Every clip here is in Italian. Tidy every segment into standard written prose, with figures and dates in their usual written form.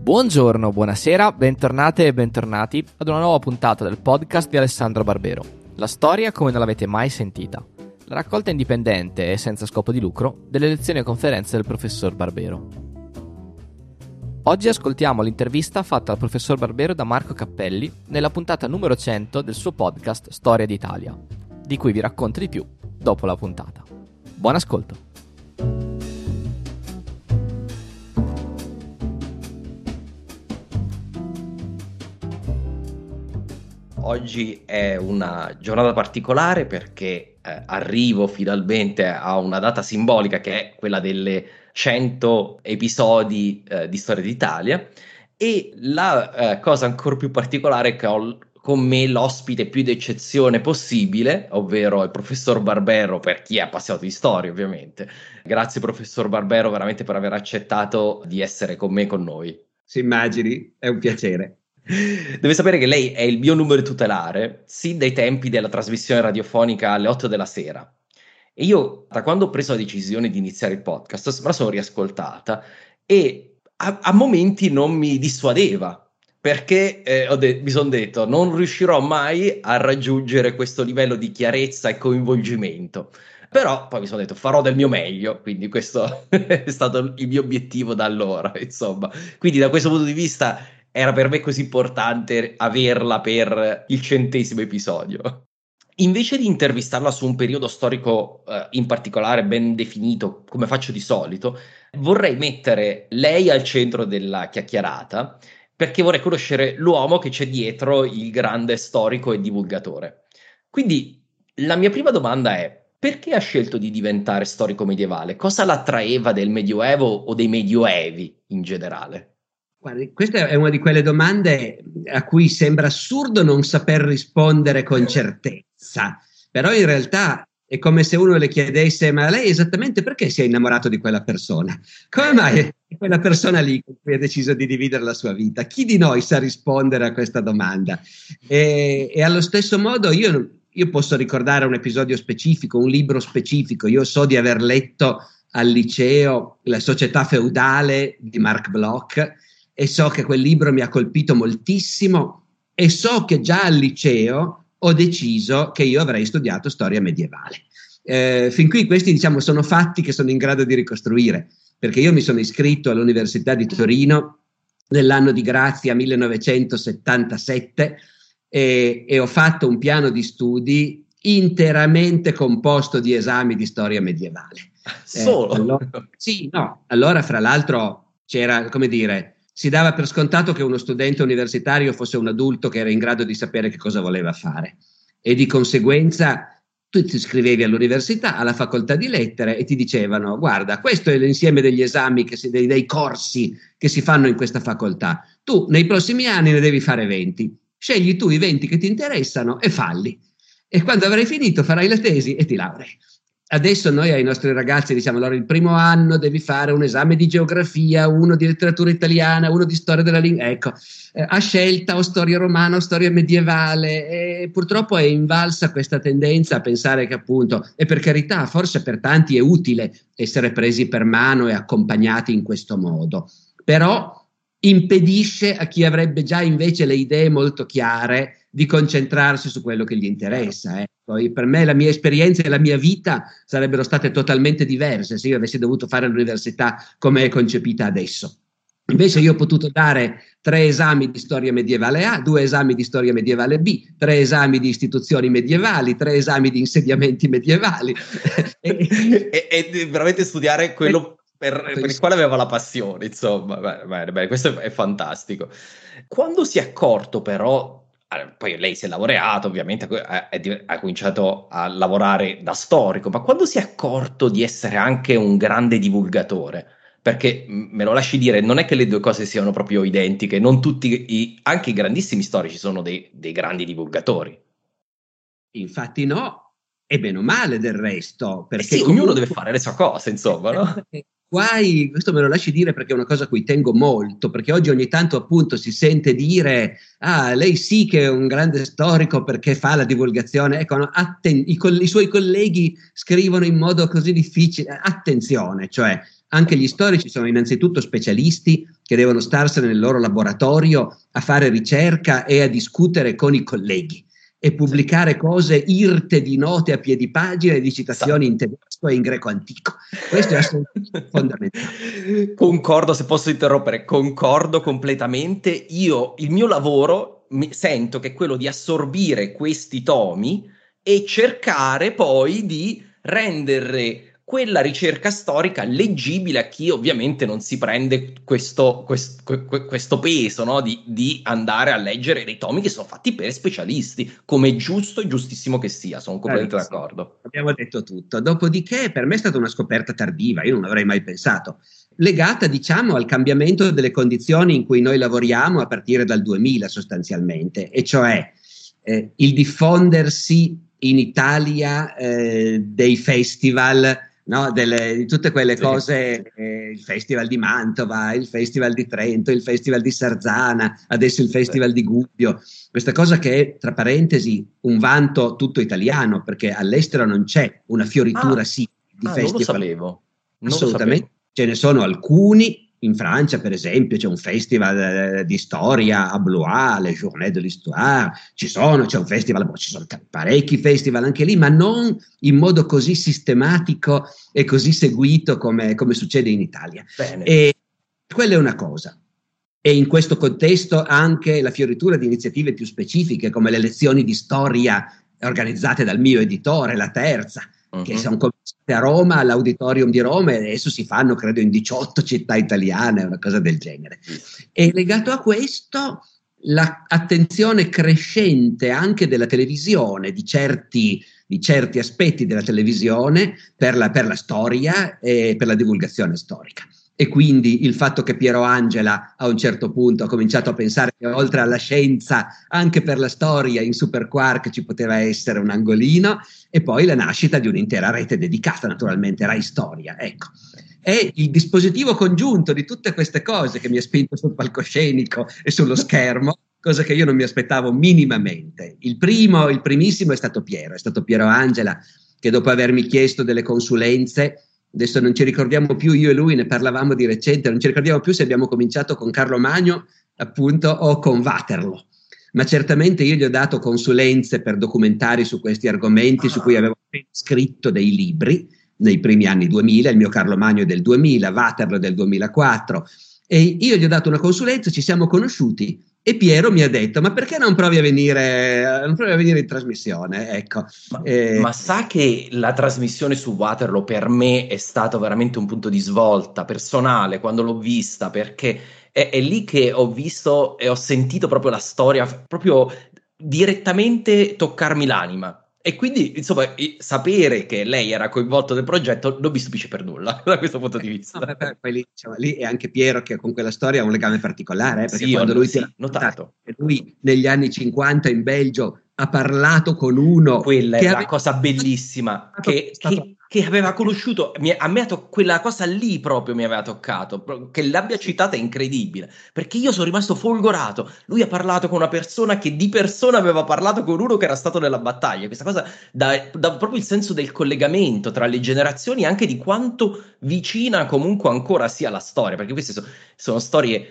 Buongiorno, buonasera, bentornate e bentornati ad una nuova puntata del podcast di Alessandro Barbero. La storia come non l'avete mai sentita. La raccolta indipendente e senza scopo di lucro delle lezioni e conferenze del professor Barbero. Oggi ascoltiamo l'intervista fatta al professor Barbero da Marco Cappelli nella puntata numero 100 del suo podcast Storia d'Italia, di cui vi racconto di più dopo la puntata. Buon ascolto! Oggi è una giornata particolare perché arrivo finalmente a una data simbolica che è quella delle 100 episodi di Storia d'Italia, e la cosa ancora più particolare è che ho con me l'ospite più d'eccezione possibile, ovvero il professor Barbero, per chi è appassionato di storia ovviamente. Grazie professor Barbero veramente per aver accettato di essere con me, con noi. Si immagini, è un piacere. Deve sapere che lei è il mio numero tutelare sin dai tempi della trasmissione radiofonica alle 8 della sera. E io, da quando ho preso la decisione di iniziare il podcast, me la sono riascoltata e a momenti non mi dissuadeva, perché mi sono detto non riuscirò mai a raggiungere questo livello di chiarezza e coinvolgimento. Però poi mi sono detto farò del mio meglio, quindi questo è stato il mio obiettivo da allora, insomma. Quindi da questo punto di vista era per me così importante averla per il 100° episodio. Invece di intervistarla su un periodo storico in particolare ben definito, come faccio di solito, vorrei mettere lei al centro della chiacchierata, perché vorrei conoscere l'uomo che c'è dietro il grande storico e divulgatore. Quindi la mia prima domanda è: perché ha scelto di diventare storico medievale? Cosa l'attraeva del Medioevo o dei Medioevi in generale? Guardi, questa è una di quelle domande a cui sembra assurdo non saper rispondere con certezza, però in realtà è come se uno le chiedesse: ma lei esattamente perché si è innamorato di quella persona? Come mai è quella persona lì con cui ha deciso di dividere la sua vita? Chi di noi sa rispondere a questa domanda? E allo stesso modo io posso ricordare un episodio specifico, un libro specifico. Io so di aver letto al liceo La società feudale di Marc Bloch, e so che quel libro mi ha colpito moltissimo, e so che già al liceo ho deciso che io avrei studiato storia medievale. Fin qui questi, diciamo, sono fatti che sono in grado di ricostruire, perché io mi sono iscritto all'Università di Torino nell'anno di grazia 1977 e ho fatto un piano di studi interamente composto di esami di storia medievale. Solo? Allora, fra l'altro, c'era, come dire, si dava per scontato che uno studente universitario fosse un adulto che era in grado di sapere che cosa voleva fare, e di conseguenza tu ti iscrivevi all'università, alla facoltà di lettere, e ti dicevano: guarda, questo è l'insieme degli esami, dei corsi che si fanno in questa facoltà, tu nei prossimi anni ne devi fare 20, scegli tu i 20 che ti interessano e falli, e quando avrai finito farai la tesi e ti laurei. Adesso noi ai nostri ragazzi diciamo: allora il primo anno devi fare un esame di geografia, uno di letteratura italiana, uno di storia della lingua, ecco, a scelta, o storia romana o storia medievale, e purtroppo è invalsa questa tendenza a pensare che, appunto, e per carità, forse per tanti è utile essere presi per mano e accompagnati in questo modo, però impedisce a chi avrebbe già invece le idee molto chiare di concentrarsi su quello che gli interessa. Ecco, per me la mia esperienza e la mia vita sarebbero state totalmente diverse se io avessi dovuto fare l'università come è concepita adesso. Invece io ho potuto dare 3 esami di storia medievale A, 2 esami di storia medievale B, 3 esami di istituzioni medievali, 3 esami di insediamenti medievali. e veramente studiare quello per il quale aveva la passione, insomma. Bene, questo è fantastico. Quando si è accorto però, poi lei si è laureato, ovviamente ha cominciato a lavorare da storico, ma quando si è accorto di essere anche un grande divulgatore? Perché, me lo lasci dire, non è che le due cose siano proprio identiche, non tutti, anche i grandissimi storici sono dei grandi divulgatori. Infatti no, e bene o male del resto. Perché sì, ognuno deve fare le sue cose, insomma, no? Guai, questo me lo lasci dire perché è una cosa a cui tengo molto, perché oggi ogni tanto appunto si sente dire: ah, lei sì che è un grande storico perché fa la divulgazione. Ecco, no, i suoi colleghi scrivono in modo così difficile. Attenzione, cioè Anche gli storici sono innanzitutto specialisti che devono starsene nel loro laboratorio a fare ricerca e a discutere con i colleghi e pubblicare cose irte di note a piedi pagina e di citazioni in tedesco e in greco antico. Questo è assolutamente fondamentale. Concordo, se posso interrompere, concordo completamente. Il mio lavoro sento che è quello di assorbire questi tomi e cercare poi di rendere quella ricerca storica leggibile a chi ovviamente non si prende questo peso, no? di andare a leggere dei tomi che sono fatti per specialisti, come è giusto e giustissimo che sia, sono completamente d'accordo. Abbiamo detto tutto. Dopodiché per me è stata una scoperta tardiva, io non avrei mai pensato, legata diciamo al cambiamento delle condizioni in cui noi lavoriamo a partire dal 2000 sostanzialmente, e cioè il diffondersi in Italia dei festival, no? Di tutte quelle cose, il Festival di Mantova, il Festival di Trento, il Festival di Sarzana, adesso il Festival di Gubbio, questa cosa che è, tra parentesi, un vanto tutto italiano, perché all'estero non c'è una fioritura di festival. Non lo sapevo. Assolutamente, ce ne sono alcuni. In Francia, per esempio, c'è un festival di storia a Blois, les Journées de l'Histoire, c'è un festival, ci sono parecchi festival anche lì, ma non in modo così sistematico e così seguito come succede in Italia. Bene. E quella è una cosa. E in questo contesto anche la fioritura di iniziative più specifiche, come le lezioni di storia organizzate dal mio editore, La Terza, che sono cominciate a Roma, all'Auditorium di Roma, e adesso si fanno credo in 18 città italiane, una cosa del genere. E legato a questo l'attenzione crescente anche della televisione, di certi aspetti della televisione per la storia e per la divulgazione storica. E quindi il fatto che Piero Angela a un certo punto ha cominciato a pensare che oltre alla scienza anche per la storia in Super Quark ci poteva essere un angolino, e poi la nascita di un'intera rete dedicata, naturalmente Rai Storia, ecco. È il dispositivo congiunto di tutte queste cose che mi ha spinto sul palcoscenico e sullo schermo, cosa che io non mi aspettavo minimamente. Il primissimo è stato Piero Angela, che dopo avermi chiesto delle consulenze, adesso non ci ricordiamo più, io e lui ne parlavamo di recente, non ci ricordiamo più se abbiamo cominciato con Carlo Magno, appunto, o con Waterloo. Ma certamente io gli ho dato consulenze per documentari su questi argomenti, su cui avevo scritto dei libri nei primi anni 2000, il mio Carlo Magno è del 2000, Waterloo del 2004, e io gli ho dato una consulenza, ci siamo conosciuti, e Piero mi ha detto: ma perché non provi a venire in trasmissione? Ecco. Ma sa che la trasmissione su Waterloo per me è stato veramente un punto di svolta personale quando l'ho vista, perché è lì che ho visto e ho sentito proprio la storia, proprio direttamente toccarmi l'anima. E quindi, insomma, sapere che lei era coinvolto nel progetto non mi stupisce per nulla da questo punto di vista. No, poi lì è anche Piero che con quella storia ha un legame particolare, perché sì, quando lui notato. Lui negli anni 50 in Belgio ha parlato con uno. Quella è la cosa bellissima che aveva conosciuto. Quella cosa lì proprio mi aveva toccato. Che l'abbia citata è incredibile, perché io sono rimasto folgorato. Lui ha parlato con una persona che di persona aveva parlato con uno che era stato nella battaglia. Questa cosa dà proprio il senso del collegamento tra le generazioni, anche di quanto vicina comunque ancora sia la storia, perché queste sono storie.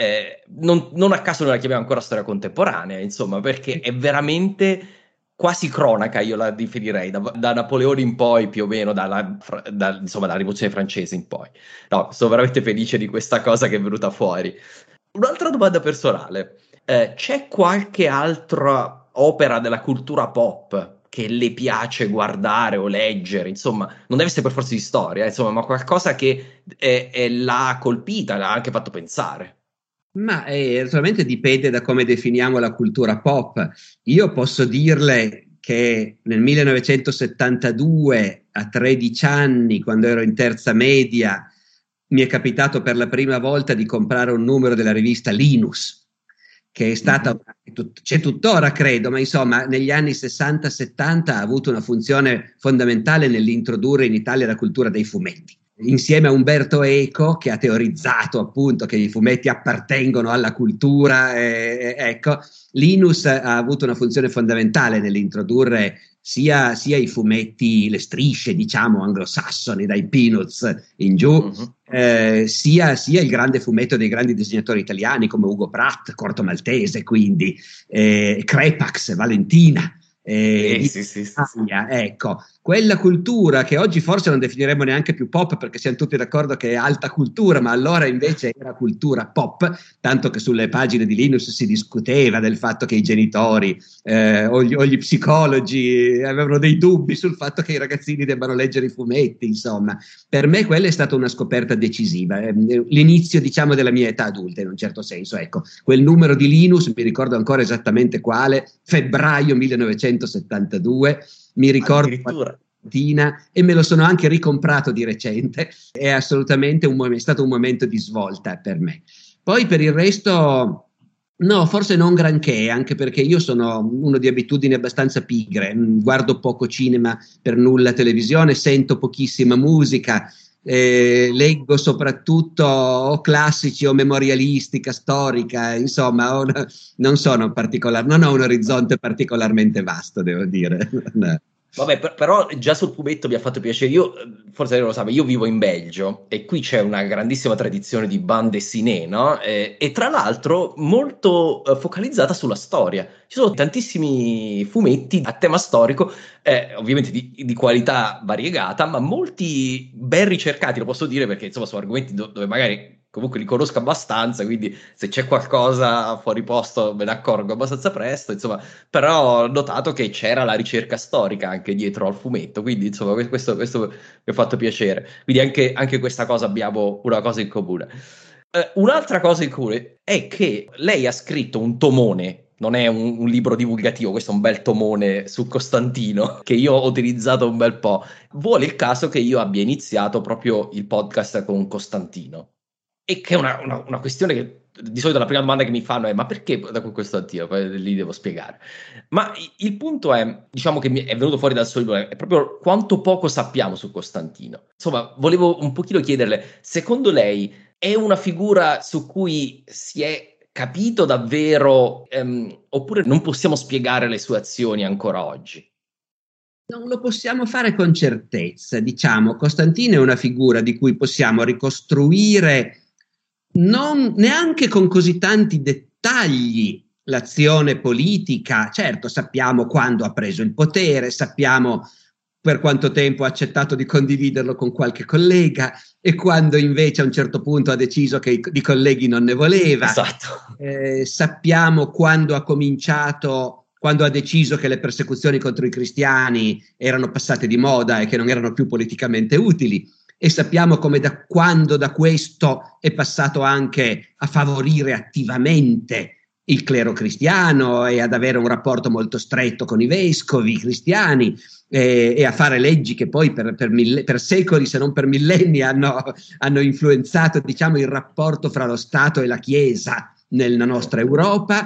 Non a caso noi la chiamiamo ancora storia contemporanea, insomma, perché è veramente quasi cronaca, io la definirei, da Napoleone in poi, più o meno, dalla rivoluzione francese in poi. No, sono veramente felice di questa cosa che è venuta fuori. Un'altra domanda personale: c'è qualche altra opera della cultura pop che le piace guardare o leggere? Insomma, non deve essere per forza di storia, insomma, ma qualcosa che l'ha colpita, l'ha anche fatto pensare. Ma naturalmente dipende da come definiamo la cultura pop. Io posso dirle che nel 1972, a 13 anni, quando ero in terza media, mi è capitato per la prima volta di comprare un numero della rivista Linus, che è stata, c'è tuttora credo, ma insomma negli anni 60-70 ha avuto una funzione fondamentale nell'introdurre in Italia la cultura dei fumetti. Insieme a Umberto Eco, che ha teorizzato appunto che i fumetti appartengono alla cultura, ecco, Linus ha avuto una funzione fondamentale nell'introdurre sia i fumetti, le strisce, diciamo, anglosassoni, dai Peanuts in giù, sia il grande fumetto dei grandi disegnatori italiani come Ugo Pratt, Corto Maltese, quindi Crepax, Valentina. Sì. Ecco, quella cultura che oggi forse non definiremmo neanche più pop, perché siamo tutti d'accordo che è alta cultura, ma allora invece era cultura pop, tanto che sulle pagine di Linus si discuteva del fatto che i genitori o gli psicologi avevano dei dubbi sul fatto che i ragazzini debbano leggere i fumetti. Insomma, per me quella è stata una scoperta decisiva, l'inizio, diciamo, della mia età adulta, in un certo senso. Ecco, quel numero di Linus, mi ricordo ancora esattamente quale, febbraio 1972, mi ricordo e me lo sono anche ricomprato di recente. È assolutamente è stato un momento di svolta per me. Poi per il resto no, forse non granché, anche perché io sono uno di abitudini abbastanza pigre, guardo poco cinema, per nulla televisione, sento pochissima musica, leggo soprattutto o classici o memorialistica, storica, insomma, non ho un orizzonte particolarmente vasto, devo dire. Vabbè, però già sul fumetto mi ha fatto piacere. Io, forse lei lo sa, io vivo in Belgio e qui c'è una grandissima tradizione di bande dessinée, no? E tra l'altro molto focalizzata sulla storia. Ci sono tantissimi fumetti a tema storico, ovviamente di qualità variegata, ma molti ben ricercati, lo posso dire, perché insomma sono argomenti dove magari comunque li conosco abbastanza, quindi se c'è qualcosa fuori posto me ne accorgo abbastanza presto, insomma, però ho notato che c'era la ricerca storica anche dietro al fumetto, quindi insomma questo mi ha fatto piacere, quindi anche questa cosa abbiamo una cosa in comune. Un'altra cosa in comune è che lei ha scritto un tomone, non è un libro divulgativo, questo è un bel tomone su Costantino che io ho utilizzato un bel po'. Vuole il caso che io abbia iniziato proprio il podcast con Costantino. E che è una questione che di solito la prima domanda che mi fanno è: ma perché da Costantino? Poi lì devo spiegare. Ma il punto è, diciamo, che mi è venuto fuori dal suo libro, è proprio quanto poco sappiamo su Costantino. Insomma, volevo un pochino chiederle, secondo lei è una figura su cui si è capito davvero, oppure non possiamo spiegare le sue azioni ancora oggi? Non lo possiamo fare con certezza, diciamo. Costantino è una figura di cui possiamo ricostruire non neanche con così tanti dettagli l'azione politica. Certo, sappiamo quando ha preso il potere, sappiamo per quanto tempo ha accettato di condividerlo con qualche collega e quando invece a un certo punto ha deciso che di colleghi non ne voleva. Esatto. Sappiamo quando ha cominciato, quando ha deciso che le persecuzioni contro i cristiani erano passate di moda e che non erano più politicamente utili. E sappiamo come quando da questo è passato anche a favorire attivamente il clero cristiano e ad avere un rapporto molto stretto con i vescovi cristiani e a fare leggi che poi per secoli, se non per millenni, hanno influenzato, diciamo, il rapporto fra lo Stato e la Chiesa nella nostra Europa.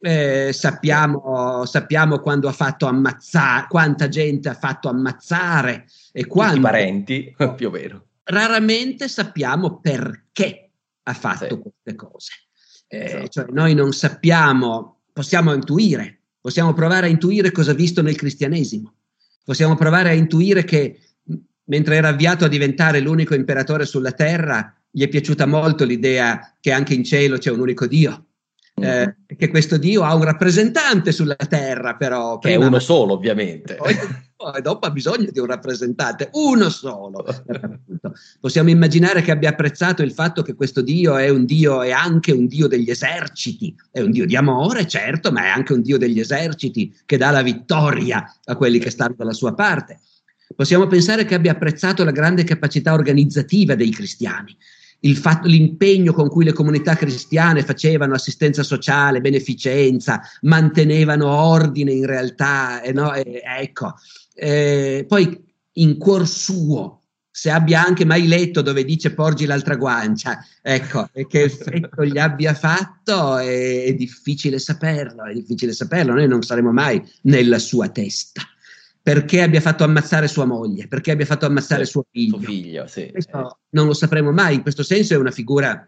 Sappiamo quando ha fatto ammazzare, quanta gente ha fatto ammazzare e quanti parenti, più o meno. Raramente sappiamo perché ha fatto queste cose. Esatto. Cioè noi non sappiamo, possiamo provare a intuire cosa ha visto nel cristianesimo, possiamo provare a intuire che mentre era avviato a diventare l'unico imperatore sulla terra, gli è piaciuta molto l'idea che anche in cielo c'è un unico Dio. Che questo Dio ha un rappresentante sulla terra, però che è uno solo, ovviamente. Poi dopo ha bisogno di un rappresentante, uno solo. Possiamo immaginare che abbia apprezzato il fatto che questo Dio è anche un Dio degli eserciti, è un Dio di amore, certo, ma è anche un Dio degli eserciti che dà la vittoria a quelli che stanno dalla sua parte. Possiamo pensare che abbia apprezzato la grande capacità organizzativa dei cristiani, l'impegno con cui le comunità cristiane facevano assistenza sociale, beneficenza, mantenevano ordine in realtà, poi in cuor suo, se abbia anche mai letto dove dice porgi l'altra guancia, ecco, e che effetto gli abbia fatto è difficile saperlo, noi non saremo mai nella sua testa. Perché abbia fatto ammazzare sua moglie, perché abbia fatto ammazzare suo figlio. Sì. Questo non lo sapremo mai. In questo senso è una figura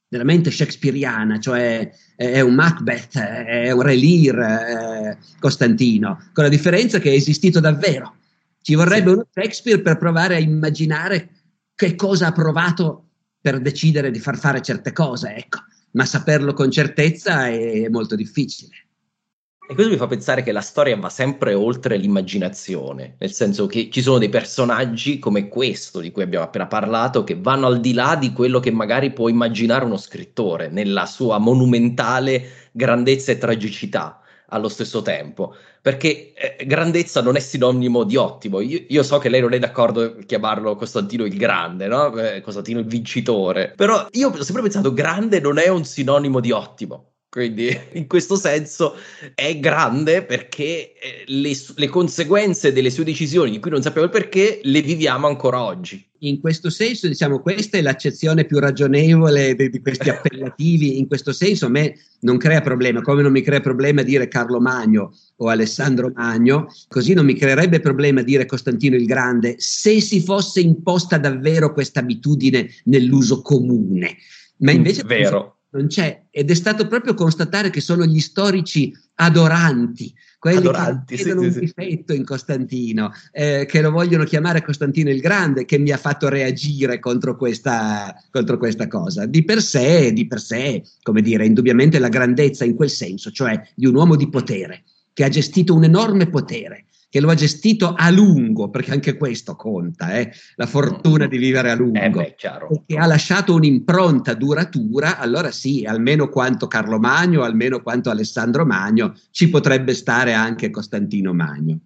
veramente shakespeariana, cioè è un Macbeth, è un Re Lear, Costantino, con la differenza che è esistito davvero. Ci vorrebbe uno Shakespeare per provare a immaginare che cosa ha provato per decidere di far fare certe cose, ecco, ma saperlo con certezza è molto difficile. E questo mi fa pensare che la storia va sempre oltre l'immaginazione, nel senso che ci sono dei personaggi come questo di cui abbiamo appena parlato che vanno al di là di quello che magari può immaginare uno scrittore nella sua monumentale grandezza e tragicità allo stesso tempo, perché grandezza non è sinonimo di ottimo. Io so che lei non è d'accordo a chiamarlo Costantino il Grande, no? Costantino il Vincitore, però io ho sempre pensato grande non è un sinonimo di ottimo. Quindi in questo senso è grande perché le conseguenze delle sue decisioni, di cui non sappiamo il perché, le viviamo ancora oggi. In questo senso, diciamo, questa è l'accezione più ragionevole di questi appellativi. In questo senso a me non crea problema, come non mi crea problema dire Carlo Magno o Alessandro Magno, così non mi creerebbe problema dire Costantino il Grande se si fosse imposta davvero questa abitudine nell'uso comune. Ma invece vero. Non c'è, ed è stato proprio constatare che sono gli storici adoranti, quelli che vedono un difetto in Costantino, che lo vogliono chiamare Costantino il Grande, che mi ha fatto reagire contro questa cosa. Di per sé, come dire, indubbiamente la grandezza in quel senso, cioè di un uomo di potere, che ha gestito un enorme potere, che lo ha gestito a lungo, perché anche questo conta, la fortuna di vivere a lungo, chiaro. E che ha lasciato un'impronta duratura, allora sì, almeno quanto Carlo Magno, almeno quanto Alessandro Magno, ci potrebbe stare anche Costantino Magno.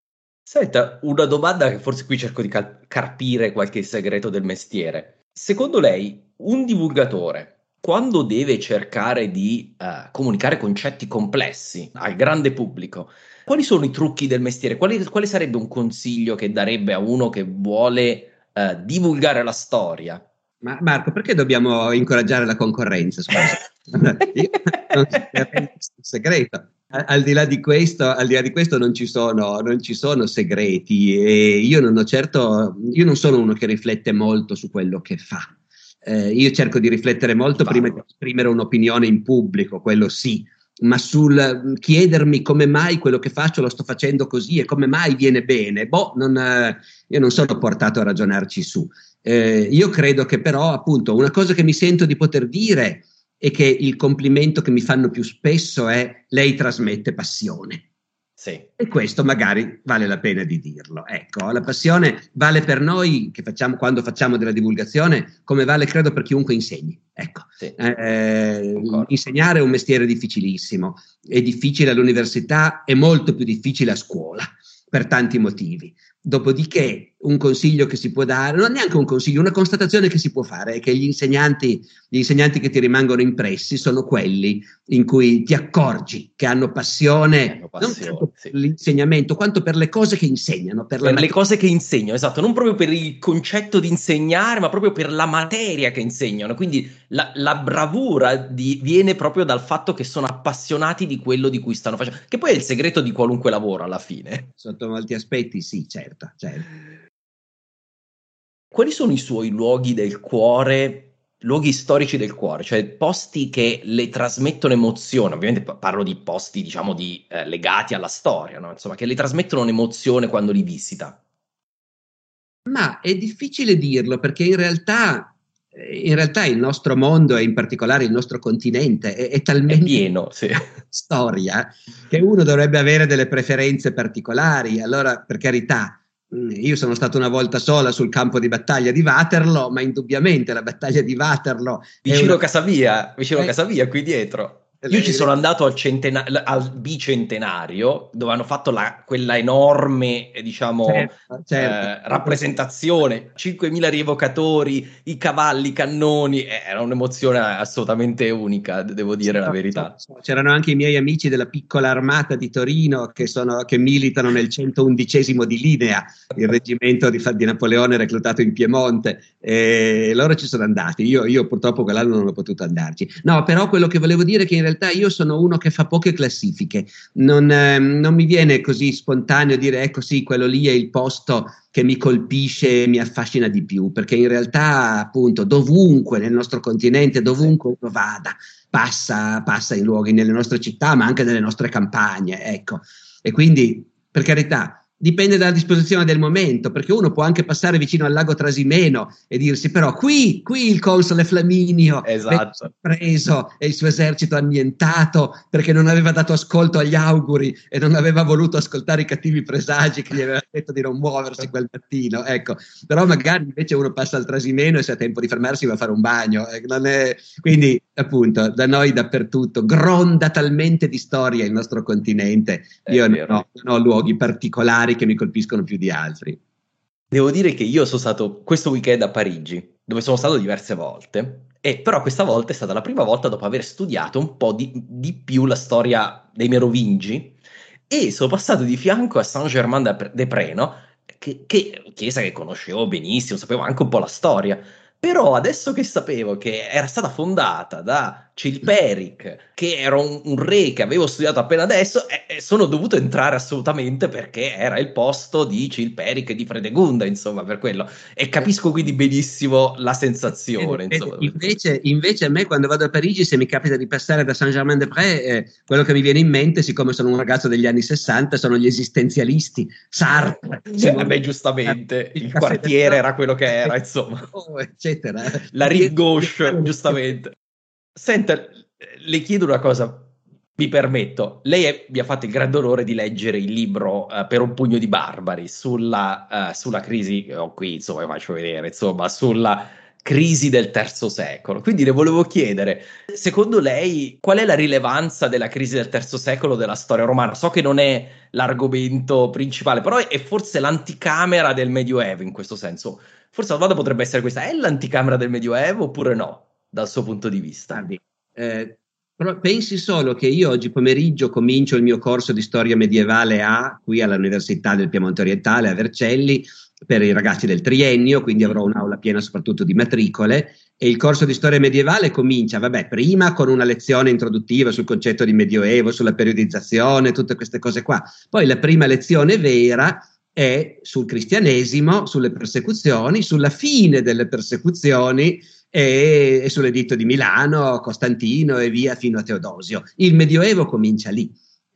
Senta, una domanda che forse qui cerco di carpire qualche segreto del mestiere. Secondo lei, un divulgatore, quando deve cercare di comunicare concetti complessi al grande pubblico, quali sono i trucchi del mestiere? Quale sarebbe un consiglio che darebbe a uno che vuole divulgare la storia? Ma Marco, perché dobbiamo incoraggiare la concorrenza? Scusa. Io non un segreto. Al di là di questo non ci sono segreti, e io non sono uno che riflette molto su quello che fa. Io cerco di riflettere molto prima di esprimere un'opinione in pubblico, quello sì, ma sul chiedermi come mai quello che faccio lo sto facendo così e come mai viene bene, io non sono portato a ragionarci su. Io credo che però, appunto, una cosa che mi sento di poter dire è che il complimento che mi fanno più spesso è: lei trasmette passione. Sì. E questo magari vale la pena di dirlo. Ecco, la passione vale per noi che facciamo, quando facciamo della divulgazione, come vale credo per chiunque insegni. Ecco, sì. Insegnare è un mestiere difficilissimo, è difficile all'università, è molto più difficile a scuola per tanti motivi. Dopodiché un consiglio che si può dare, non è neanche un consiglio, una constatazione che si può fare è che gli insegnanti che ti rimangono impressi sono quelli in cui ti accorgi che hanno passione non tanto per l'insegnamento quanto per le cose che insegnano. Per le cose che insegnano, esatto, non proprio per il concetto di insegnare, ma proprio per la materia che insegnano. Quindi la bravura viene proprio dal fatto che sono appassionati di quello di cui stanno facendo, che poi è il segreto di qualunque lavoro alla fine. Sotto molti aspetti sì, certo. Quali sono i suoi luoghi del cuore, luoghi storici del cuore, cioè posti che le trasmettono emozione? Ovviamente parlo di posti, diciamo, legati alla storia, no? Insomma, che le trasmettono un'emozione quando li visita. Ma è difficile dirlo, perché in realtà il nostro mondo, e in particolare il nostro continente, è talmente pieno, sì, storia, che uno dovrebbe avere delle preferenze particolari. Allora, per carità, io sono stato una volta sola sul campo di battaglia di Waterloo, ma indubbiamente la battaglia di Waterloo vicino casa mia, qui dietro. Io ci sono andato al bicentenario, dove hanno fatto quella enorme, diciamo, rappresentazione, 5.000 rievocatori, i cavalli, i cannoni, era un'emozione assolutamente unica, devo dire la verità. C'erano anche i miei amici della piccola armata di Torino che militano nel 111° di linea, il reggimento di Napoleone reclutato in Piemonte, e loro ci sono andati. Io purtroppo quell'anno non ho potuto andarci. No, però quello che volevo dire è che in realtà io sono uno che fa poche classifiche, non mi viene così spontaneo dire ecco sì, quello lì è il posto che mi colpisce e mi affascina di più, perché in realtà appunto dovunque nel nostro continente, dovunque uno vada, passa in luoghi nelle nostre città, ma anche nelle nostre campagne, ecco. E quindi, per carità, dipende dalla disposizione del momento, perché uno può anche passare vicino al lago Trasimeno e dirsi però qui il console Flaminio Esatto. preso e il suo esercito annientato perché non aveva dato ascolto agli auguri e non aveva voluto ascoltare i cattivi presagi che gli aveva detto di non muoversi quel mattino, ecco. Però magari invece uno passa al Trasimeno e se ha tempo di fermarsi va a fare un bagno, non è... Quindi appunto da noi dappertutto gronda talmente di storia il nostro continente, io non ho luoghi particolari che mi colpiscono più di altri. Devo dire che io sono stato questo weekend a Parigi, dove sono stato diverse volte, e però questa volta è stata la prima volta dopo aver studiato un po' di più la storia dei Merovingi, e sono passato di fianco a Saint-Germain-des-Prés, no? Che chiesa che conoscevo benissimo, sapevo anche un po' la storia. Però adesso che sapevo che era stata fondata da Chilperic, che era un re che avevo studiato appena adesso, sono dovuto entrare assolutamente perché era il posto di Chilperic e di Fredegunda, insomma, per quello. E capisco quindi benissimo la sensazione, insomma. Invece a me quando vado a Parigi, se mi capita di passare da Saint-Germain-des-Prés, quello che mi viene in mente, siccome sono un ragazzo degli anni 60, sono gli esistenzialisti, Sartre. Beh, giustamente, il quartiere era quello che era, insomma. Eccetera. La rive gauche, giustamente. Senta, le chiedo una cosa, mi permetto. Lei mi ha fatto il grande onore di leggere il libro Per un pugno di barbari sulla crisi, che ho qui, insomma, faccio vedere, insomma, sulla crisi del terzo secolo. Quindi le volevo chiedere, secondo lei, qual è la rilevanza della crisi del terzo secolo della storia romana? So che non è l'argomento principale, però è forse l'anticamera del Medioevo in questo senso. Forse la domanda potrebbe essere questa: è l'anticamera del Medioevo oppure no, dal suo punto di vista? Guardi, però pensi solo che io oggi pomeriggio comincio il mio corso di storia medievale qui all'Università del Piemonte Orientale a Vercelli per i ragazzi del triennio, quindi avrò un'aula piena soprattutto di matricole, e il corso di storia medievale comincia, prima con una lezione introduttiva sul concetto di Medioevo, sulla periodizzazione, tutte queste cose qua. Poi la prima lezione vera è sul cristianesimo, sulle persecuzioni, sulla fine delle persecuzioni e sull'editto di Milano, Costantino e via fino a Teodosio. Il Medioevo comincia lì.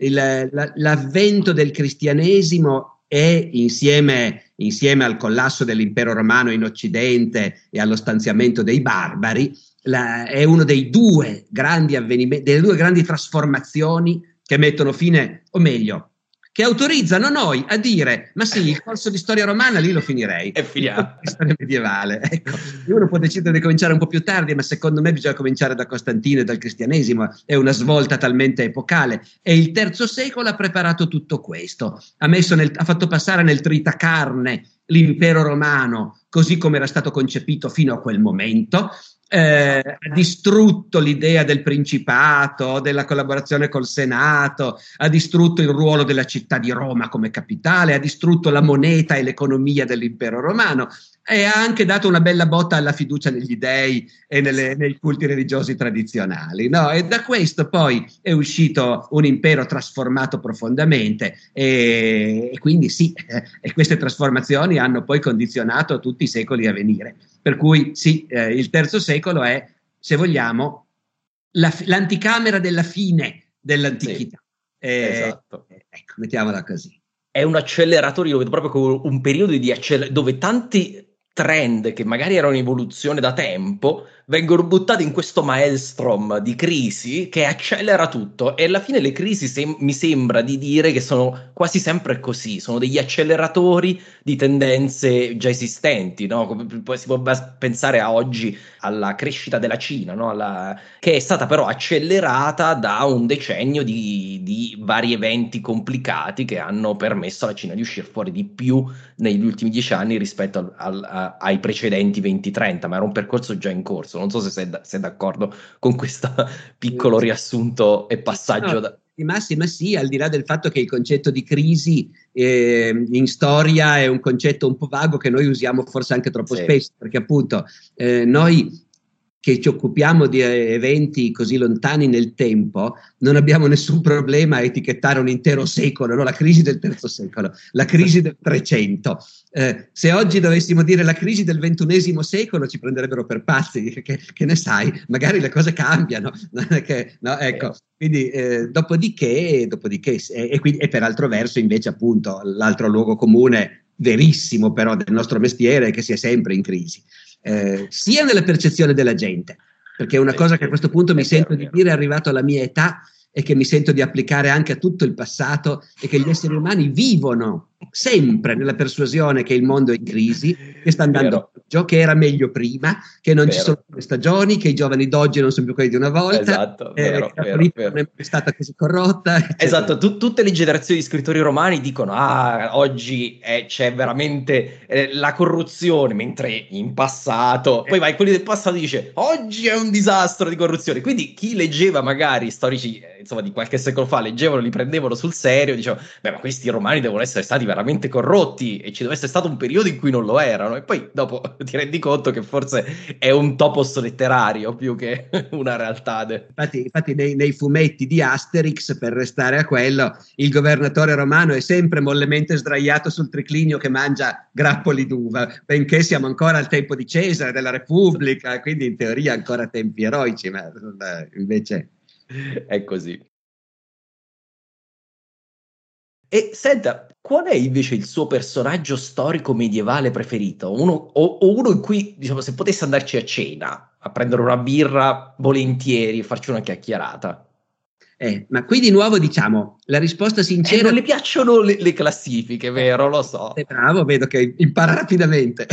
L'avvento del cristianesimo è insieme al collasso dell'impero romano in Occidente e allo stanziamento dei barbari, è uno dei due grandi avvenimenti, delle due grandi trasformazioni che mettono fine, o meglio, che autorizzano noi a dire ma sì, il corso di storia romana lì lo finirei, e finiamo. Di storia medievale, ecco. Uno può decidere di cominciare un po' più tardi, ma secondo me bisogna cominciare da Costantino e dal cristianesimo, è una svolta talmente epocale, e il terzo secolo ha preparato tutto questo, ha fatto passare nel tritacarne l'impero romano così come era stato concepito fino a quel momento, ha distrutto l'idea del principato, della collaborazione col Senato, ha distrutto il ruolo della città di Roma come capitale, ha distrutto la moneta e l'economia dell'impero romano e ha anche dato una bella botta alla fiducia negli dei e nei culti religiosi tradizionali, no? E da questo poi è uscito un impero trasformato profondamente e quindi sì, e queste trasformazioni hanno poi condizionato tutti i secoli a venire. Per cui sì, il terzo secolo è, se vogliamo, l'anticamera della fine dell'antichità. Sì, esatto. Ecco, mettiamola così. È un acceleratore, io lo vedo proprio come un periodo di dove tanti trend che magari erano in evoluzione da tempo vengono buttati in questo maelstrom di crisi che accelera tutto, e alla fine le crisi mi sembra di dire che sono quasi sempre così, sono degli acceleratori di tendenze già esistenti, no? Si può pensare a oggi alla crescita della Cina, no? Che è stata però accelerata da un decennio di vari eventi complicati che hanno permesso alla Cina di uscire fuori di più negli ultimi 10 anni rispetto ai precedenti 20-30, ma era un percorso già in corso. Non so se sei d'accordo con questo piccolo riassunto e passaggio. No, di massima sì, al di là del fatto che il concetto di crisi in storia è un concetto un po' vago che noi usiamo forse anche troppo spesso, perché appunto noi che ci occupiamo di eventi così lontani nel tempo, non abbiamo nessun problema a etichettare un intero secolo, no? La crisi del terzo secolo, la crisi del 300. Se oggi dovessimo dire la crisi del XXI secolo ci prenderebbero per pazzi, che ne sai, magari le cose cambiano, non è che, no, ecco. Quindi dopodiché e per altro verso invece appunto l'altro luogo comune verissimo però del nostro mestiere è che si è sempre in crisi. Sia nella percezione della gente, perché una cosa che a questo punto mi sento di dire arrivato alla mia età e che mi sento di applicare anche a tutto il passato, è che gli esseri umani vivono sempre nella persuasione che il mondo è in crisi, che sta andando peggio, che era meglio prima, che non ci sono più le stagioni, che i giovani d'oggi non sono più quelli di una volta, esatto, che la politica non è stata così corrotta. Eccetera. Esatto, tutte le generazioni di scrittori romani dicono oggi c'è veramente la corruzione, mentre in passato, poi vai quelli del passato e dice oggi è un disastro di corruzione, quindi chi leggeva magari storici insomma di qualche secolo fa, leggevano, li prendevano sul serio, dicevano beh ma questi romani devono essere stati veramente corrotti e ci deve essere stato un periodo in cui non lo erano, e poi dopo ti rendi conto che forse è un topos letterario più che una realtà. Infatti nei fumetti di Asterix, per restare a quello, il governatore romano è sempre mollemente sdraiato sul triclinio che mangia grappoli d'uva, benché siamo ancora al tempo di Cesare, della Repubblica, quindi in teoria ancora tempi eroici, ma invece è così. E senta, qual è invece il suo personaggio storico medievale preferito? Uno in cui, diciamo, se potesse andarci a cena, a prendere una birra volentieri e farci una chiacchierata. Ma qui di nuovo diciamo, la risposta sincera... non le piacciono le classifiche, vero? Lo so. Bravo, vedo che impara rapidamente.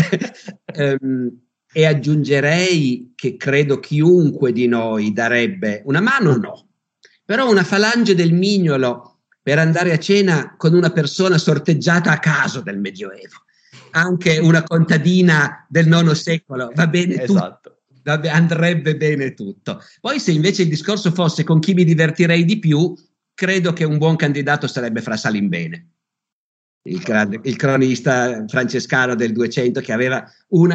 E aggiungerei che credo chiunque di noi darebbe una mano, no. Però una falange del mignolo per andare a cena con una persona sorteggiata a caso del Medioevo, anche una contadina del IX secolo, va bene esatto. Tutto, andrebbe bene tutto. Poi se invece il discorso fosse con chi mi divertirei di più, credo che un buon candidato sarebbe Fra Salimbene, il cronista francescano del 200 che aveva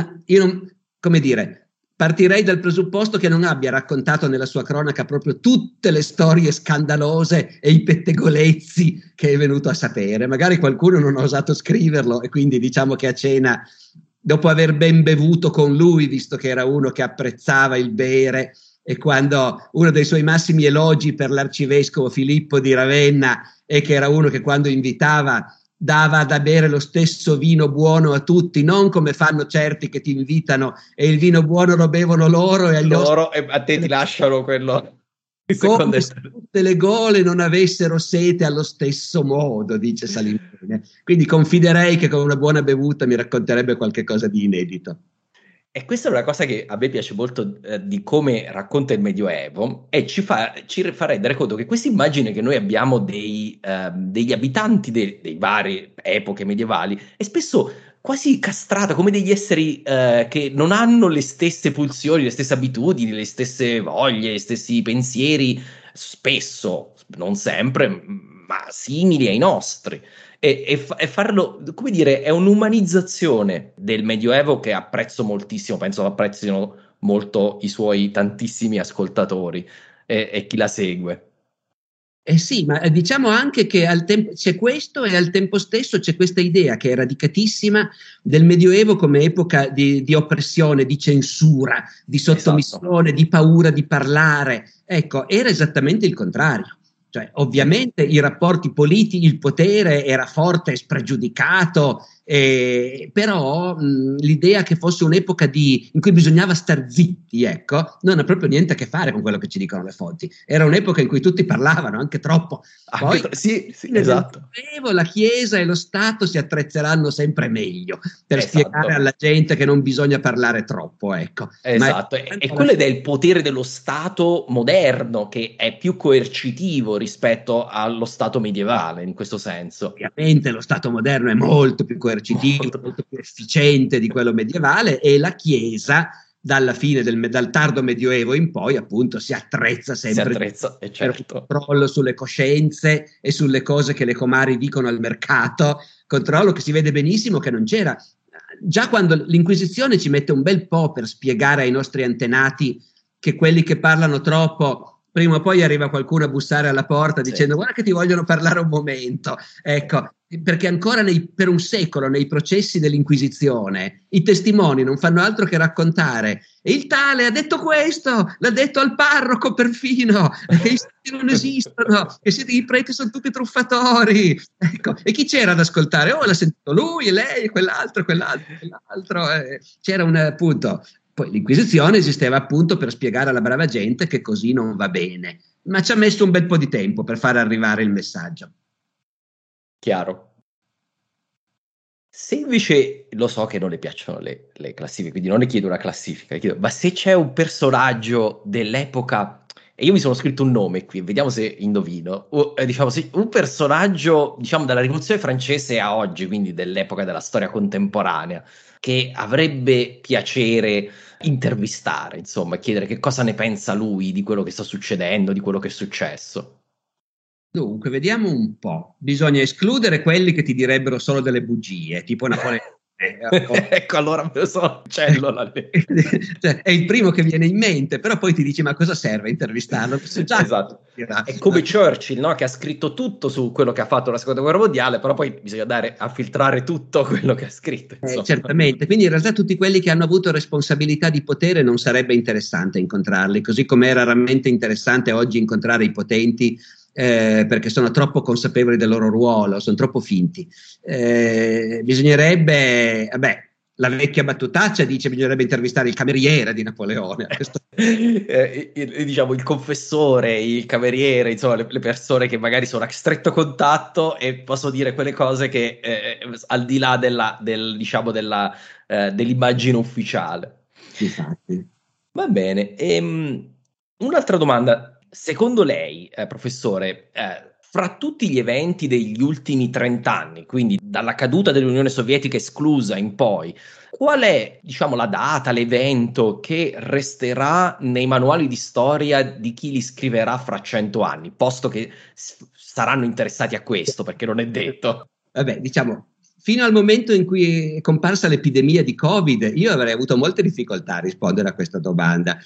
partirei dal presupposto che non abbia raccontato nella sua cronaca proprio tutte le storie scandalose e i pettegolezzi che è venuto a sapere. Magari qualcuno non ha osato scriverlo e quindi diciamo che a cena, dopo aver ben bevuto con lui, visto che era uno che apprezzava il bere, e quando uno dei suoi massimi elogi per l'arcivescovo Filippo di Ravenna è che era uno che quando invitava dava da bere lo stesso vino buono a tutti, non come fanno certi che ti invitano e il vino buono lo bevono loro e a te ti lasciano quello come se tutte le gole non avessero sete allo stesso modo, dice Salimbene. Quindi confiderei che con una buona bevuta mi racconterebbe qualche cosa di inedito. E questa è una cosa che a me piace molto di come racconta il Medioevo, e ci fa rendere conto che questa immagine che noi abbiamo degli abitanti dei varie epoche medievali è spesso quasi castrata, come degli esseri che non hanno le stesse pulsioni, le stesse abitudini, le stesse voglie, gli stessi pensieri, spesso, non sempre, ma simili ai nostri. E farlo, come dire, è un'umanizzazione del Medioevo che apprezzo moltissimo, penso lo apprezzino molto i suoi tantissimi ascoltatori e chi la segue. Sì, ma diciamo anche che c'è questo e al tempo stesso c'è questa idea che è radicatissima del Medioevo come epoca di oppressione, di censura, di sottomissione, di paura di parlare. Ecco, era esattamente il contrario. Cioè, ovviamente i rapporti politici, il potere era forte e spregiudicato, però l'idea che fosse un'epoca in cui bisognava star zitti, ecco, non ha proprio niente a che fare con quello che ci dicono le fonti. Era un'epoca in cui tutti parlavano, anche troppo. Poi, sì, esatto. La Chiesa e lo Stato si attrezzeranno sempre meglio per spiegare alla gente che non bisogna parlare troppo, ecco. Esatto, e quello è il potere dello Stato moderno, che è più coercitivo rispetto allo Stato medievale, in questo senso. Ovviamente lo Stato moderno è molto più coercitivo, molto più efficiente di quello medievale, e la Chiesa dalla fine dal tardo Medioevo in poi appunto si attrezza sempre certo. Per controllo sulle coscienze e sulle cose che le comari dicono al mercato, controllo che si vede benissimo che non c'era già quando l'Inquisizione ci mette un bel po' per spiegare ai nostri antenati che quelli che parlano troppo, prima o poi arriva qualcuno a bussare alla porta dicendo guarda che ti vogliono parlare un momento, ecco, perché ancora per un secolo nei processi dell'Inquisizione i testimoni non fanno altro che raccontare e il tale ha detto questo, l'ha detto al parroco perfino, che i santi non esistono, che i preti sono tutti truffatori, ecco, e chi c'era ad ascoltare? Oh, l'ha sentito lui, lei, quell'altro, c'era un appunto. Poi l'Inquisizione esisteva appunto per spiegare alla brava gente che così non va bene, ma ci ha messo un bel po' di tempo per far arrivare il messaggio. Chiaro. Se invece, lo so che non le piacciono le classifiche, quindi non le chiedo una classifica, chiedo, ma se c'è un personaggio dell'epoca, e io mi sono scritto un nome qui, vediamo se indovino, diciamo sì, un personaggio, diciamo, dalla Rivoluzione francese a oggi, quindi dell'epoca della storia contemporanea, che avrebbe piacere intervistare, insomma, chiedere che cosa ne pensa lui di quello che sta succedendo, di quello che è successo. Dunque, vediamo un po'. Bisogna escludere quelli che ti direbbero solo delle bugie, tipo Napoleone. Ecco, allora me lo so, cellola. Cioè, è il primo che viene in mente, però poi ti dici ma cosa serve intervistarlo? Esatto. È come Churchill, no? Che ha scritto tutto su quello che ha fatto la seconda guerra mondiale, però poi bisogna andare a filtrare tutto quello che ha scritto. Certamente, quindi in realtà tutti quelli che hanno avuto responsabilità di potere non sarebbe interessante incontrarli, così come è raramente interessante oggi incontrare i potenti perché sono troppo consapevoli del loro ruolo, sono troppo finti. Bisognerebbe, la vecchia battutaccia dice bisognerebbe intervistare il cameriere di Napoleone. Diciamo il confessore, il cameriere, insomma le persone che magari sono a stretto contatto e posso dire quelle cose che al di là dell'immagine ufficiale. Infatti. Va bene. Un'altra domanda. Secondo lei, professore, fra tutti gli eventi degli ultimi 30 anni, quindi dalla caduta dell'Unione Sovietica esclusa in poi, qual è, diciamo, la data, l'evento che resterà nei manuali di storia di chi li scriverà fra 100 anni, posto che saranno interessati a questo, perché non è detto? Vabbè, diciamo, fino al momento in cui è comparsa l'epidemia di Covid, io avrei avuto molte difficoltà a rispondere a questa domanda.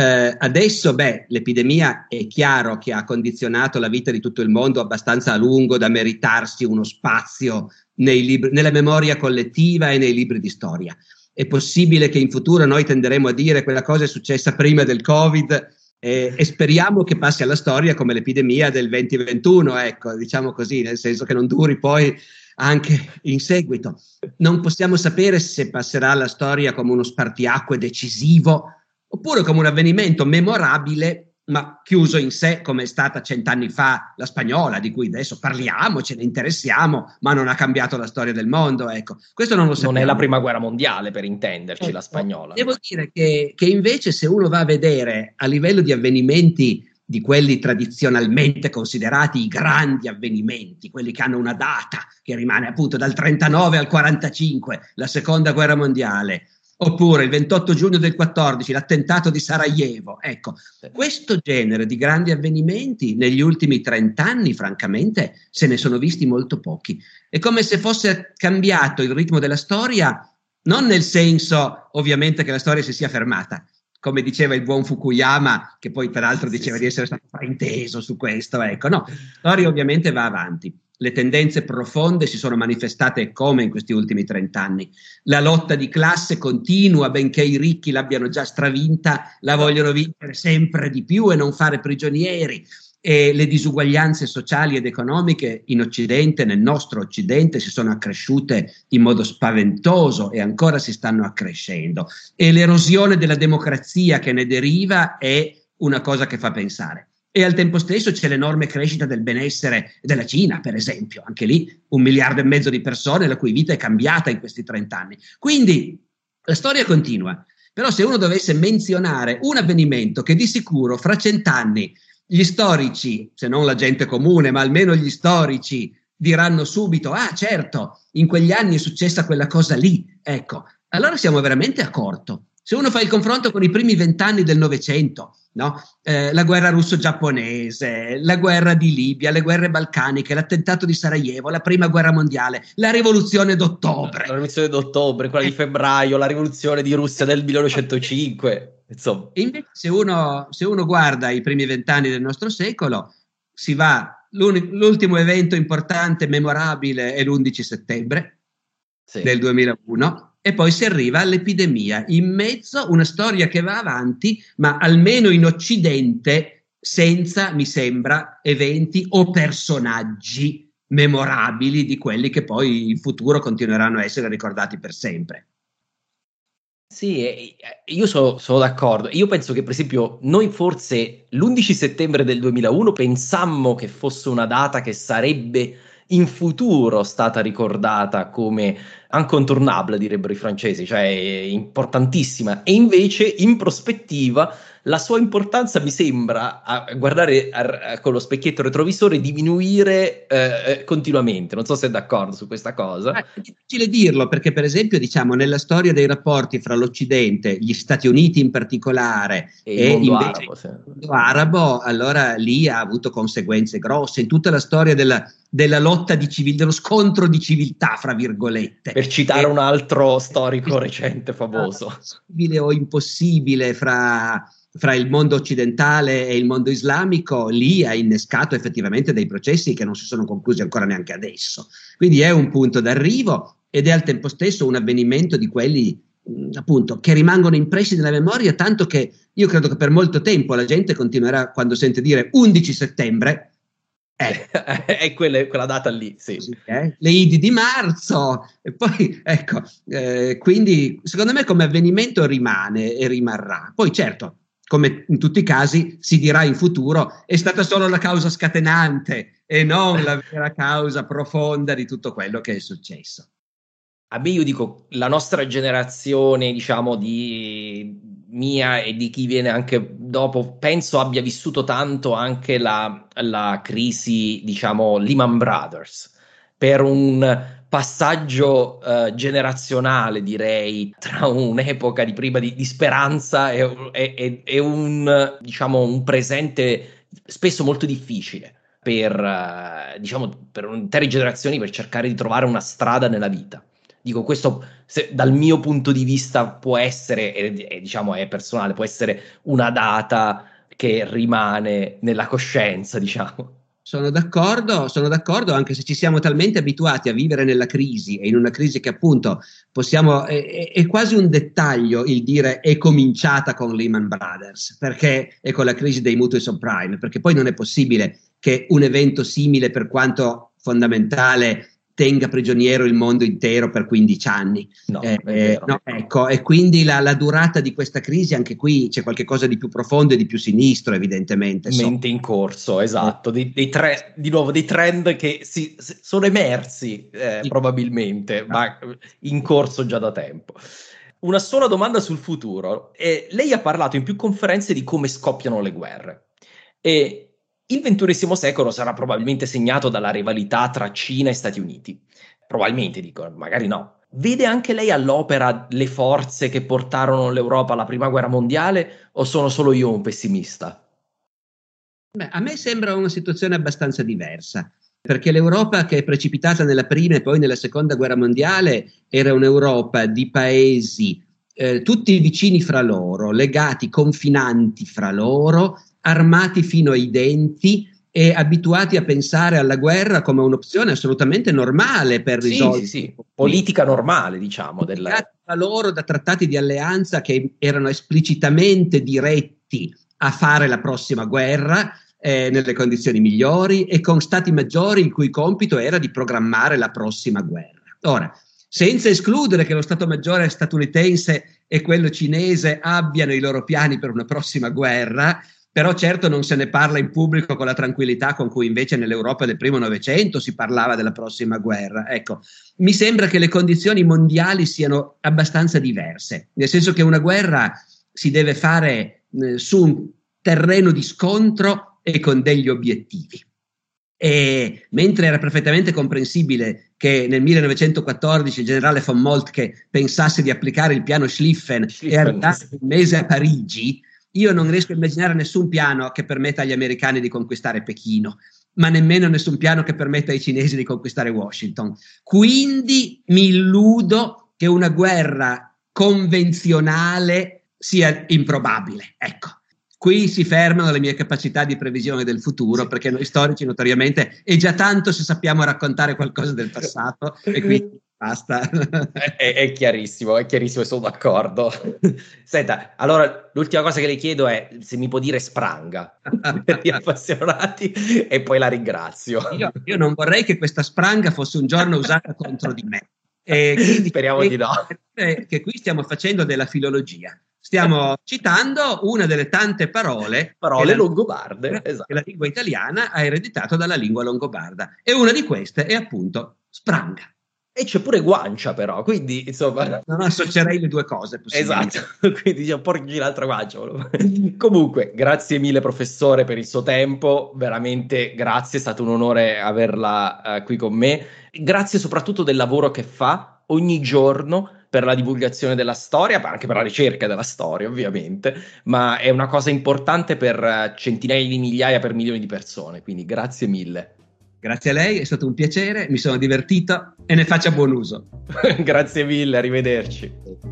Adesso, l'epidemia è chiaro che ha condizionato la vita di tutto il mondo abbastanza a lungo da meritarsi uno spazio nei libri, nella memoria collettiva e nei libri di storia. È possibile che in futuro noi tenderemo a dire quella cosa è successa prima del Covid e speriamo che passi alla storia come l'epidemia del 2021, ecco, diciamo così, nel senso che non duri poi anche in seguito. Non possiamo sapere se passerà alla storia come uno spartiacque decisivo oppure come un avvenimento memorabile ma chiuso in sé, come è stata 100 anni fa la spagnola, di cui adesso parliamo, ce ne interessiamo, ma non ha cambiato la storia del mondo, ecco. Questo non lo sappiamo. Non è la prima guerra mondiale, per intenderci, la spagnola. Devo dire che invece se uno va a vedere a livello di avvenimenti di quelli tradizionalmente considerati i grandi avvenimenti, quelli che hanno una data che rimane appunto dal 39 al 45, la seconda guerra mondiale, oppure il 28 giugno del 14, l'attentato di Sarajevo. Ecco, questo genere di grandi avvenimenti negli ultimi 30 anni, francamente, se ne sono visti molto pochi. È come se fosse cambiato il ritmo della storia, non nel senso, ovviamente, che la storia si sia fermata, come diceva il buon Fukuyama, che poi peraltro diceva di essere stato frainteso su questo, ecco, no, la storia ovviamente va avanti. Le tendenze profonde si sono manifestate come in questi ultimi 30 anni. La lotta di classe continua, benché i ricchi l'abbiano già stravinta, la vogliono vincere sempre di più e non fare prigionieri. E le disuguaglianze sociali ed economiche in Occidente, nel nostro Occidente, si sono accresciute in modo spaventoso e ancora si stanno accrescendo. E l'erosione della democrazia che ne deriva è una cosa che fa pensare. E al tempo stesso c'è l'enorme crescita del benessere della Cina, per esempio, anche lì 1,5 miliardi di persone la cui vita è cambiata in questi 30 anni. Quindi la storia continua, però se uno dovesse menzionare un avvenimento che di sicuro fra 100 anni gli storici, se non la gente comune, ma almeno gli storici diranno subito, ah certo, in quegli anni è successa quella cosa lì, ecco, allora siamo veramente a corto. se uno fa il confronto con i primi 20 anni del Novecento, no? La guerra russo-giapponese, la guerra di Libia, le guerre balcaniche, l'attentato di Sarajevo, la prima guerra mondiale, la rivoluzione d'ottobre. La rivoluzione d'ottobre, quella di febbraio, la rivoluzione di Russia del 1905, insomma. E invece se uno guarda i primi 20 anni del nostro secolo, si va, l'ultimo evento importante, memorabile, è l'11 settembre del 2001, e poi si arriva all'epidemia. In mezzo una storia che va avanti, ma almeno in Occidente, senza, mi sembra, eventi o personaggi memorabili di quelli che poi in futuro continueranno a essere ricordati per sempre. Sì, io sono d'accordo. Io penso che, per esempio, noi forse l'11 settembre del 2001 pensammo che fosse una data che sarebbe in futuro stata ricordata come incontournable, direbbero i francesi, cioè importantissima, e invece in prospettiva la sua importanza mi sembra, a guardare con lo specchietto retrovisore, diminuire continuamente. Non so se è d'accordo su questa cosa. È difficile dirlo, perché per esempio, diciamo, nella storia dei rapporti fra l'Occidente, gli Stati Uniti in particolare, e il mondo invece arabo, sì. il mondo arabo, allora lì ha avuto conseguenze grosse in tutta la storia della lotta dello scontro di civiltà, fra virgolette. Per citare un altro storico recente famoso. Possibile o impossibile fra il mondo occidentale e il mondo islamico, lì ha innescato effettivamente dei processi che non si sono conclusi ancora neanche adesso. Quindi è un punto d'arrivo ed è al tempo stesso un avvenimento di quelli appunto che rimangono impressi nella memoria, tanto che io credo che per molto tempo la gente continuerà, quando sente dire 11 settembre, è quella data lì, sì. Le Idi di marzo, e poi ecco, quindi secondo me come avvenimento rimane e rimarrà. Poi certo, come in tutti i casi, si dirà in futuro, è stata solo la causa scatenante e non la vera causa profonda di tutto quello che è successo. A me, io dico, la nostra generazione, diciamo, di mia e di chi viene anche dopo, penso abbia vissuto tanto anche la crisi, diciamo, Lehman Brothers, per un passaggio generazionale, direi, tra un'epoca di prima di speranza e un, diciamo, un presente spesso molto difficile per, diciamo, per intere generazioni, per cercare di trovare una strada nella vita. Dico, questo dal mio punto di vista può essere, e diciamo è personale, può essere una data che rimane nella coscienza, diciamo. Sono d'accordo, anche se ci siamo talmente abituati a vivere nella crisi, e in una crisi che appunto possiamo, è quasi un dettaglio il dire è cominciata con Lehman Brothers, perché è con la crisi dei mutui subprime, perché poi non è possibile che un evento simile, per quanto fondamentale, tenga prigioniero il mondo intero per 15 anni. No, no, ecco, e quindi la durata di questa crisi, anche qui c'è qualche cosa di più profondo e di più sinistro, evidentemente. Mente in corso, esatto, di nuovo dei trend che sono emersi probabilmente, ma in corso già da tempo. Una sola domanda sul futuro. Lei ha parlato in più conferenze di come scoppiano le guerre. E il XXI secolo sarà probabilmente segnato dalla rivalità tra Cina e Stati Uniti. Probabilmente, dico, magari no. Vede anche lei all'opera le forze che portarono l'Europa alla Prima Guerra Mondiale, o sono solo io un pessimista? Beh, a me sembra una situazione abbastanza diversa, perché l'Europa che è precipitata nella Prima e poi nella Seconda Guerra Mondiale era un'Europa di paesi tutti vicini fra loro, legati, confinanti fra loro, armati fino ai denti e abituati a pensare alla guerra come un'opzione assolutamente normale per risolvere. Sì. Politica normale, diciamo. Legati fra loro da trattati di alleanza che erano esplicitamente diretti a fare la prossima guerra nelle condizioni migliori, e con stati maggiori il cui compito era di programmare la prossima guerra. Ora, senza escludere che lo Stato Maggiore statunitense e quello cinese abbiano i loro piani per una prossima guerra, però certo non se ne parla in pubblico con la tranquillità con cui invece nell'Europa del primo Novecento si parlava della prossima guerra. Ecco, mi sembra che le condizioni mondiali siano abbastanza diverse, nel senso che una guerra si deve fare su un terreno di scontro e con degli obiettivi. E mentre era perfettamente comprensibile che nel 1914 il generale von Moltke pensasse di applicare il piano Schlieffen e arrivare un mese a Parigi, io non riesco a immaginare nessun piano che permetta agli americani di conquistare Pechino, ma nemmeno nessun piano che permetta ai cinesi di conquistare Washington. Quindi mi illudo che una guerra convenzionale sia improbabile. Ecco. Qui si fermano le mie capacità di previsione del futuro, perché noi storici notoriamente è già tanto se sappiamo raccontare qualcosa del passato e quindi basta. È chiarissimo, sono d'accordo. Senta, allora l'ultima cosa che le chiedo è se mi può dire spranga per gli appassionati e poi la ringrazio. Io non vorrei che questa spranga fosse un giorno usata contro di me. E quindi speriamo di no. Che qui stiamo facendo della filologia. Stiamo citando una delle tante parole longobarde, esatto, che la lingua italiana ha ereditato dalla lingua longobarda. E una di queste è appunto spranga. E c'è pure guancia, però, quindi insomma. Non associerei le due cose. Esatto, quindi c'è un po' l'altra guancia. Comunque, grazie mille, professore, per il suo tempo. Veramente grazie, è stato un onore averla qui con me. Grazie soprattutto del lavoro che fa ogni giorno per la divulgazione della storia, ma anche per la ricerca della storia, ovviamente, ma è una cosa importante per centinaia di migliaia, per milioni di persone, quindi grazie mille. Grazie a lei, è stato un piacere, mi sono divertito e ne faccia buon uso. Grazie mille, arrivederci.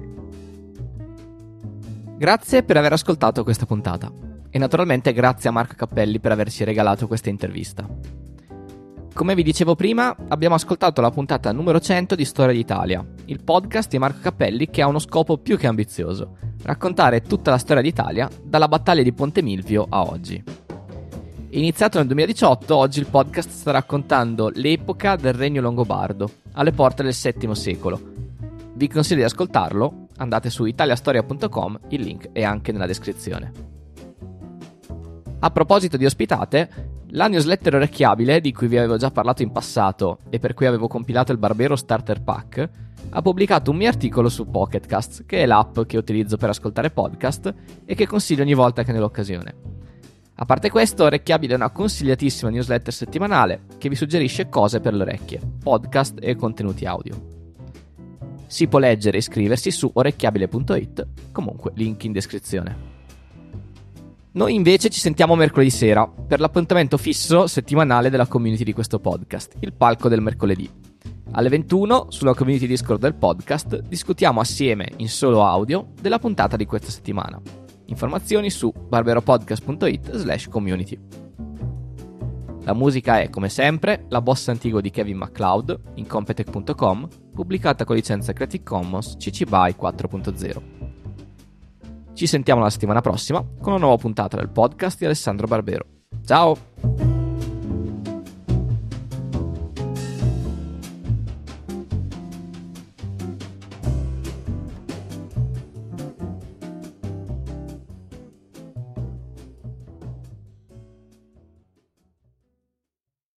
Grazie per aver ascoltato questa puntata e naturalmente grazie a Marco Cappelli per averci regalato questa intervista. Come vi dicevo prima, abbiamo ascoltato la puntata numero 100 di Storia d'Italia, il podcast di Marco Cappelli che ha uno scopo più che ambizioso: raccontare tutta la storia d'Italia dalla battaglia di Ponte Milvio a oggi. Iniziato nel 2018, oggi il podcast sta raccontando l'epoca del Regno Longobardo, alle porte del VII secolo. Vi consiglio di ascoltarlo, andate su italiastoria.com, il link è anche nella descrizione. A proposito di ospitate, la newsletter orecchiabile, di cui vi avevo già parlato in passato e per cui avevo compilato il Barbero Starter Pack, ha pubblicato un mio articolo su Pocket Casts, che è l'app che utilizzo per ascoltare podcast e che consiglio ogni volta che ne ho l'occasione. A parte questo, Orecchiabile è una consigliatissima newsletter settimanale che vi suggerisce cose per le orecchie, podcast e contenuti audio. Si può leggere e iscriversi su orecchiabile.it, comunque link in descrizione. Noi invece ci sentiamo mercoledì sera per l'appuntamento fisso settimanale della community di questo podcast, il palco del mercoledì. Alle 21, sulla community Discord del podcast, discutiamo assieme, in solo audio, della puntata di questa settimana. Informazioni su barberopodcast.it/community. La musica è, come sempre, La Bossa Antigo di Kevin MacLeod in Competech.com, pubblicata con licenza Creative Commons CC BY 4.0. Ci sentiamo la settimana prossima con una nuova puntata del podcast di Alessandro Barbero. Ciao!